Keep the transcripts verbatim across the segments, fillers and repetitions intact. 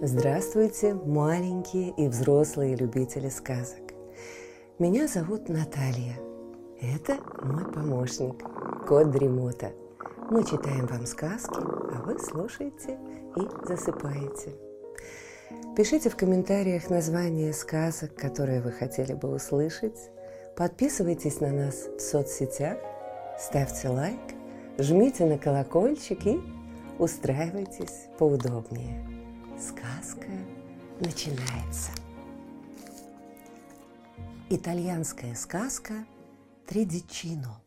Здравствуйте, маленькие и взрослые любители сказок. Меня зовут Наталья. Это мой помощник, кот Дремота. Мы читаем вам сказки, а вы слушаете и засыпаете. Пишите в комментариях названия сказок, которые вы хотели бы услышать. Подписывайтесь на нас в соцсетях, ставьте лайк, жмите на колокольчик и устраивайтесь поудобнее. Сказка начинается. Итальянская сказка «Тридичино».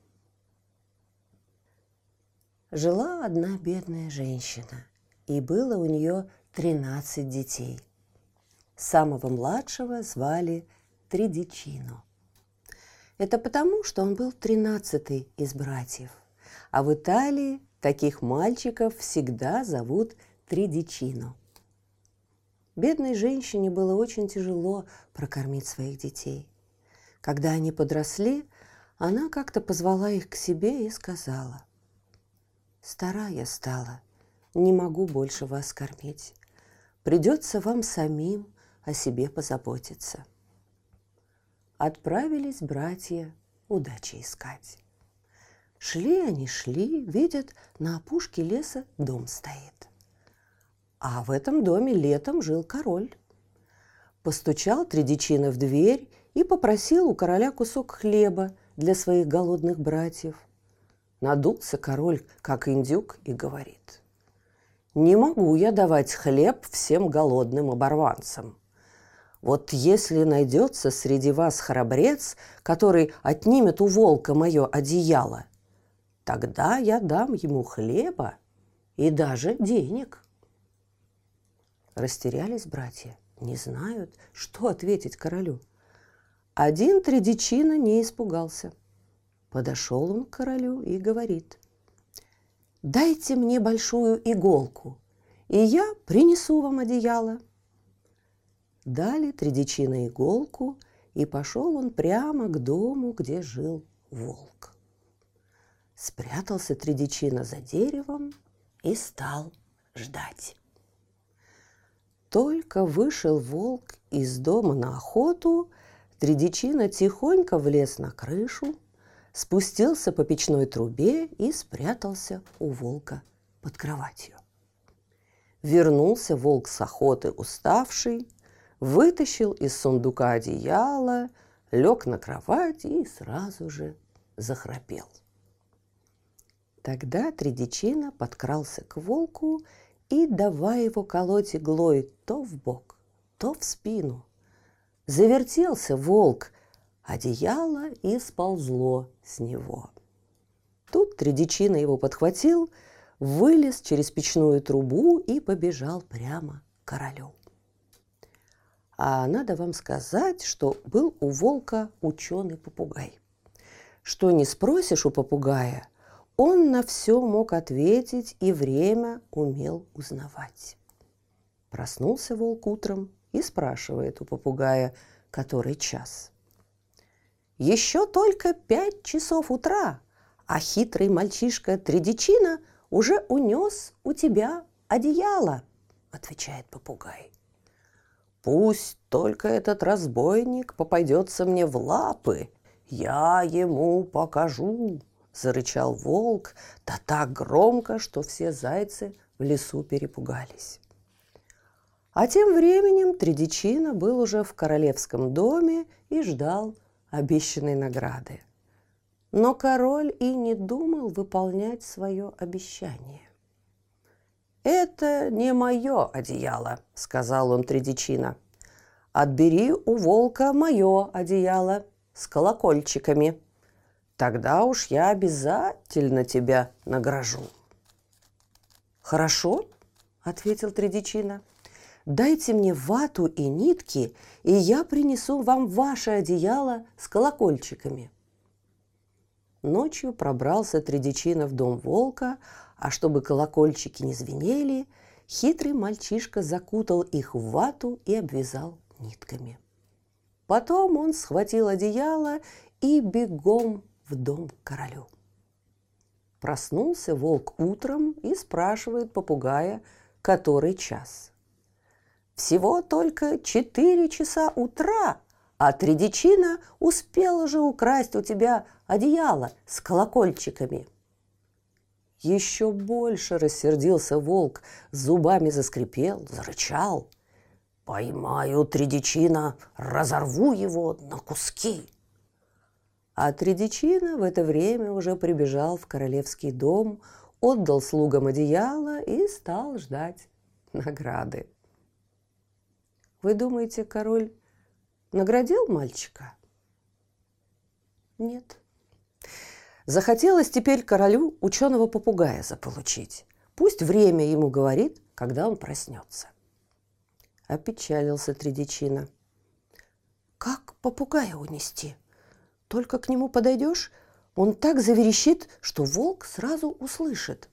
Жила одна бедная женщина, и было у нее тринадцать детей. Самого младшего звали Тридичино. Это потому, что он был тринадцатый из братьев, а в Италии таких мальчиков всегда зовут Тридичино. Бедной женщине было очень тяжело прокормить своих детей. Когда они подросли, она как-то позвала их к себе и сказала: «Стара я стала, не могу больше вас кормить. Придется вам самим о себе позаботиться». Отправились братья удачи искать. Шли они, шли, видят, на опушке леса дом стоит. А в этом доме летом жил король. Постучал Тридичино в дверь и попросил у короля кусок хлеба для своих голодных братьев. Надулся король, как индюк, и говорит: «Не могу я давать хлеб всем голодным оборванцам. Вот если найдется среди вас храбрец, который отнимет у волка мое одеяло, тогда я дам ему хлеба и даже денег». Растерялись братья, не знают, что ответить королю. Один Тридичино не испугался. Подошел он к королю и говорит: «Дайте мне большую иголку, и я принесу вам одеяло». Дали Тридичино иголку, и пошел он прямо к дому, где жил волк. Спрятался Тридичино за деревом и стал ждать. Только вышел волк из дома на охоту, Тридичино тихонько влез на крышу, спустился по печной трубе и спрятался у волка под кроватью. Вернулся волк с охоты уставший, вытащил из сундука одеяло, лег на кровать и сразу же захрапел. Тогда Тридичино подкрался к волку и давай его колоть иглой то в бок, то в спину. Завертелся волк, одеяло и сползло с него. Тут Тридичино его подхватил, вылез через печную трубу и побежал прямо к королю. А надо вам сказать, что был у волка ученый-попугай. Что не спросишь у попугая, он на все мог ответить и время умел узнавать. Проснулся волк утром и спрашивает у попугая, который час. «Еще только пять часов утра, а хитрый мальчишка Тридичино уже унес у тебя одеяло», — отвечает попугай. «Пусть только этот разбойник попадется мне в лапы, я ему покажу», — зарычал волк, да так громко, что все зайцы в лесу перепугались. А тем временем Тридичино был уже в королевском доме и ждал обещанной награды. Но король и не думал выполнять свое обещание. «Это не мое одеяло», — сказал он Тридичино. «Отбери у волка мое одеяло с колокольчиками. Тогда уж я обязательно тебя награжу». «Хорошо», — ответил Тридичино. «Дайте мне вату и нитки, и я принесу вам ваше одеяло с колокольчиками». Ночью пробрался Тридичино в дом волка, а чтобы колокольчики не звенели, хитрый мальчишка закутал их в вату и обвязал нитками. Потом он схватил одеяло и бегом в дом к королю. Проснулся волк утром и спрашивает попугая, который час. Всего только четыре часа утра, а Тредичина успела же украсть у тебя одеяло с колокольчиками». Еще больше рассердился волк, зубами заскрипел, зарычал. «Поймаю Тредичина, разорву его на куски». А Тредичина в это время уже прибежал в королевский дом, отдал слугам одеяло и стал ждать награды. Вы думаете, король наградил мальчика? Нет. Захотелось теперь королю ученого попугая заполучить. Пусть время ему говорит, когда он проснется. Опечалился Тредичина. Как попугая унести? Только к нему подойдешь, он так заверещит, что волк сразу услышит.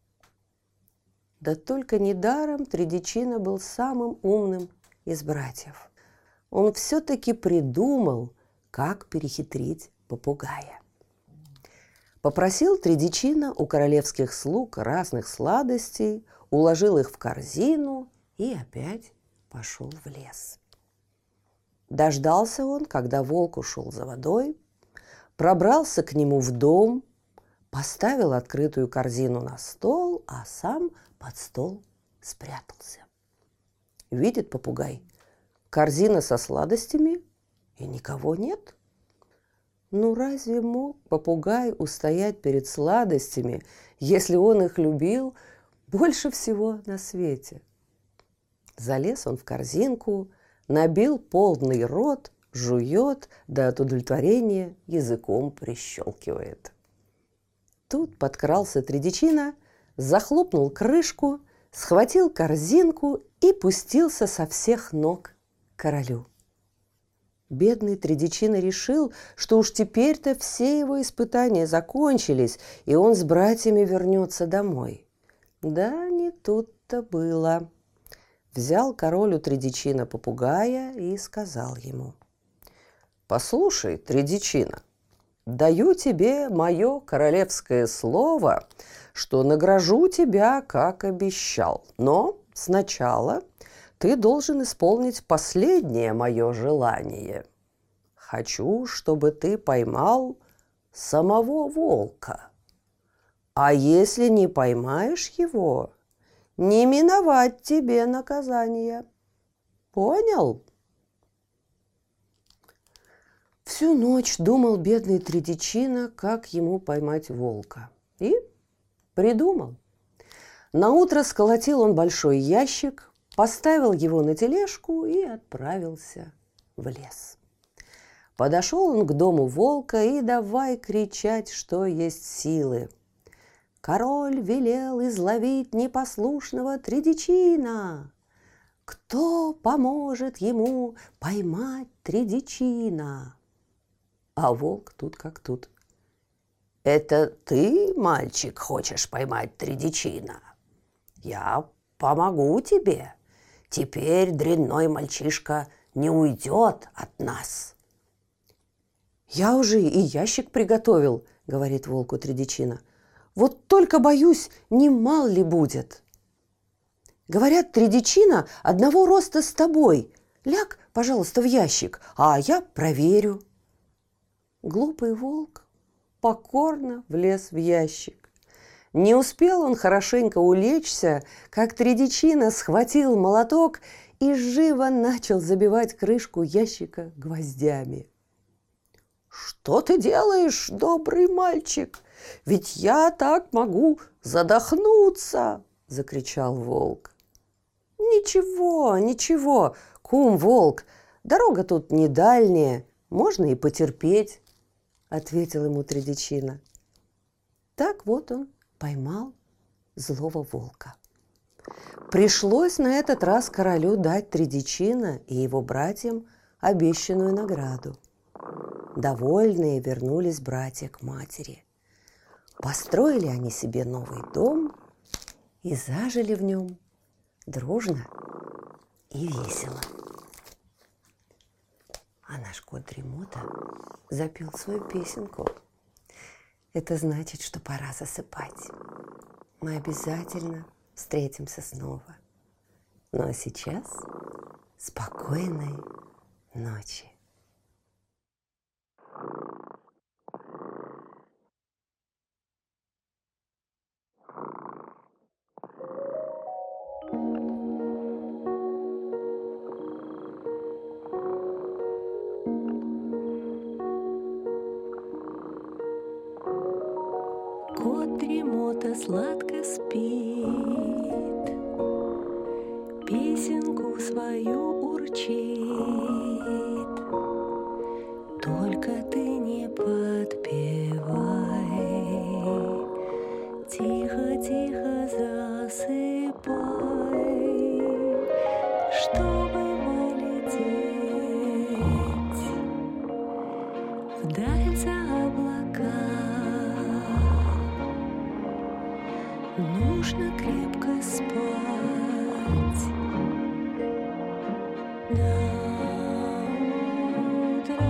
Да только недаром Тредичина был самым умным из братьев. Он все-таки придумал, как перехитрить попугая. Попросил Тредичина у королевских слуг разных сладостей, уложил их в корзину и опять пошел в лес. Дождался он, когда волк ушел за водой, пробрался к нему в дом, поставил открытую корзину на стол, а сам под стол спрятался. Видит попугай, корзина со сладостями, и никого нет. Ну разве мог попугай устоять перед сладостями, если он их любил больше всего на свете? Залез он в корзинку, набил полный рот, жует, да от удовлетворения языком прищелкивает. Тут подкрался Тредичина, захлопнул крышку, схватил корзинку и пустился со всех ног к королю. Бедный Тредичина решил, что уж теперь-то все его испытания закончились, и он с братьями вернется домой. Да не тут-то было. Взял король у Тредичина попугая и сказал ему: «Послушай, Тредичина, даю тебе мое королевское слово, что награжу тебя, как обещал, но сначала ты должен исполнить последнее мое желание. Хочу, чтобы ты поймал самого волка. А если не поймаешь его, не миновать тебе наказания. Понял?» Всю ночь думал бедный Тредичина, как ему поймать волка. И придумал. Наутро сколотил он большой ящик, поставил его на тележку и отправился в лес. Подошел он к дому волка и давай кричать, что есть силы. Король велел изловить непослушного Тредичина. Кто поможет ему поймать Тредичина? А волк тут как тут. «Это ты, мальчик, хочешь поймать Тредичина? Я помогу тебе. Теперь дрянной мальчишка не уйдет от нас». «Я уже и ящик приготовил», — говорит волку Тредичина. «Вот только боюсь, не мал ли будет». «Говорят, Тредичина одного роста с тобой. Ляг, пожалуйста, в ящик, а я проверю». Глупый волк покорно влез в ящик. Не успел он хорошенько улечься, как Тредичина схватил молоток и живо начал забивать крышку ящика гвоздями. «Что ты делаешь, добрый мальчик? Ведь я так могу задохнуться!» – закричал волк. «Ничего, ничего, кум-волк, дорога тут не дальняя, можно и потерпеть», – ответил ему Тредичина. Так вот он поймал злого волка. Пришлось на этот раз королю дать Тредичина и его братьям обещанную награду. Довольные вернулись братья к матери. Построили они себе новый дом и зажили в нем дружно и весело. А наш кот Дремота запел свою песенку. Это значит, что пора засыпать. Мы обязательно встретимся снова. Ну а сейчас Спокойной ночи. Кот дремота сладко спит, песенку свою урчит. Только ты не подпевай, тихо-тихо засыпай, чтобы полететь вдаль за облака. Нужно крепко спать до утра.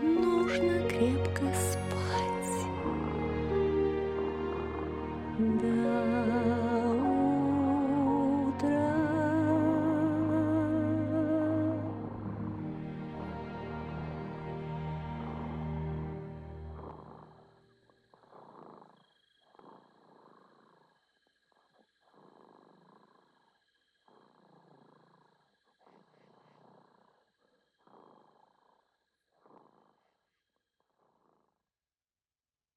Нужно крепко спать.